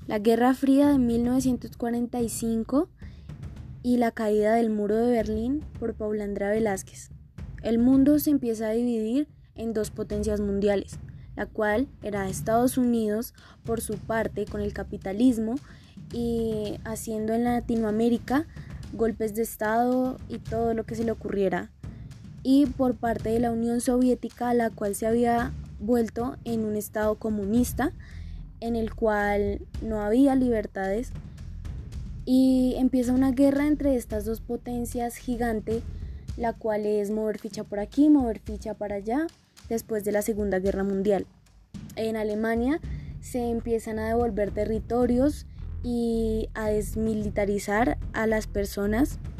La Guerra Fría de 1945 y la caída del muro de Berlín por Paula Andrea Velázquez. El mundo se empieza a dividir en dos potencias mundiales, la cual era Estados Unidos por su parte con el capitalismo y haciendo en Latinoamérica golpes de Estado y todo lo que se le ocurriera, y por parte de la Unión Soviética, la cual se había vuelto en un estado comunista en el cual no había libertades, y empieza una guerra entre estas dos potencias gigante, la cual es mover ficha por aquí, mover ficha para allá, después de la Segunda Guerra Mundial. En Alemania se empiezan a devolver territorios y a desmilitarizar a las personas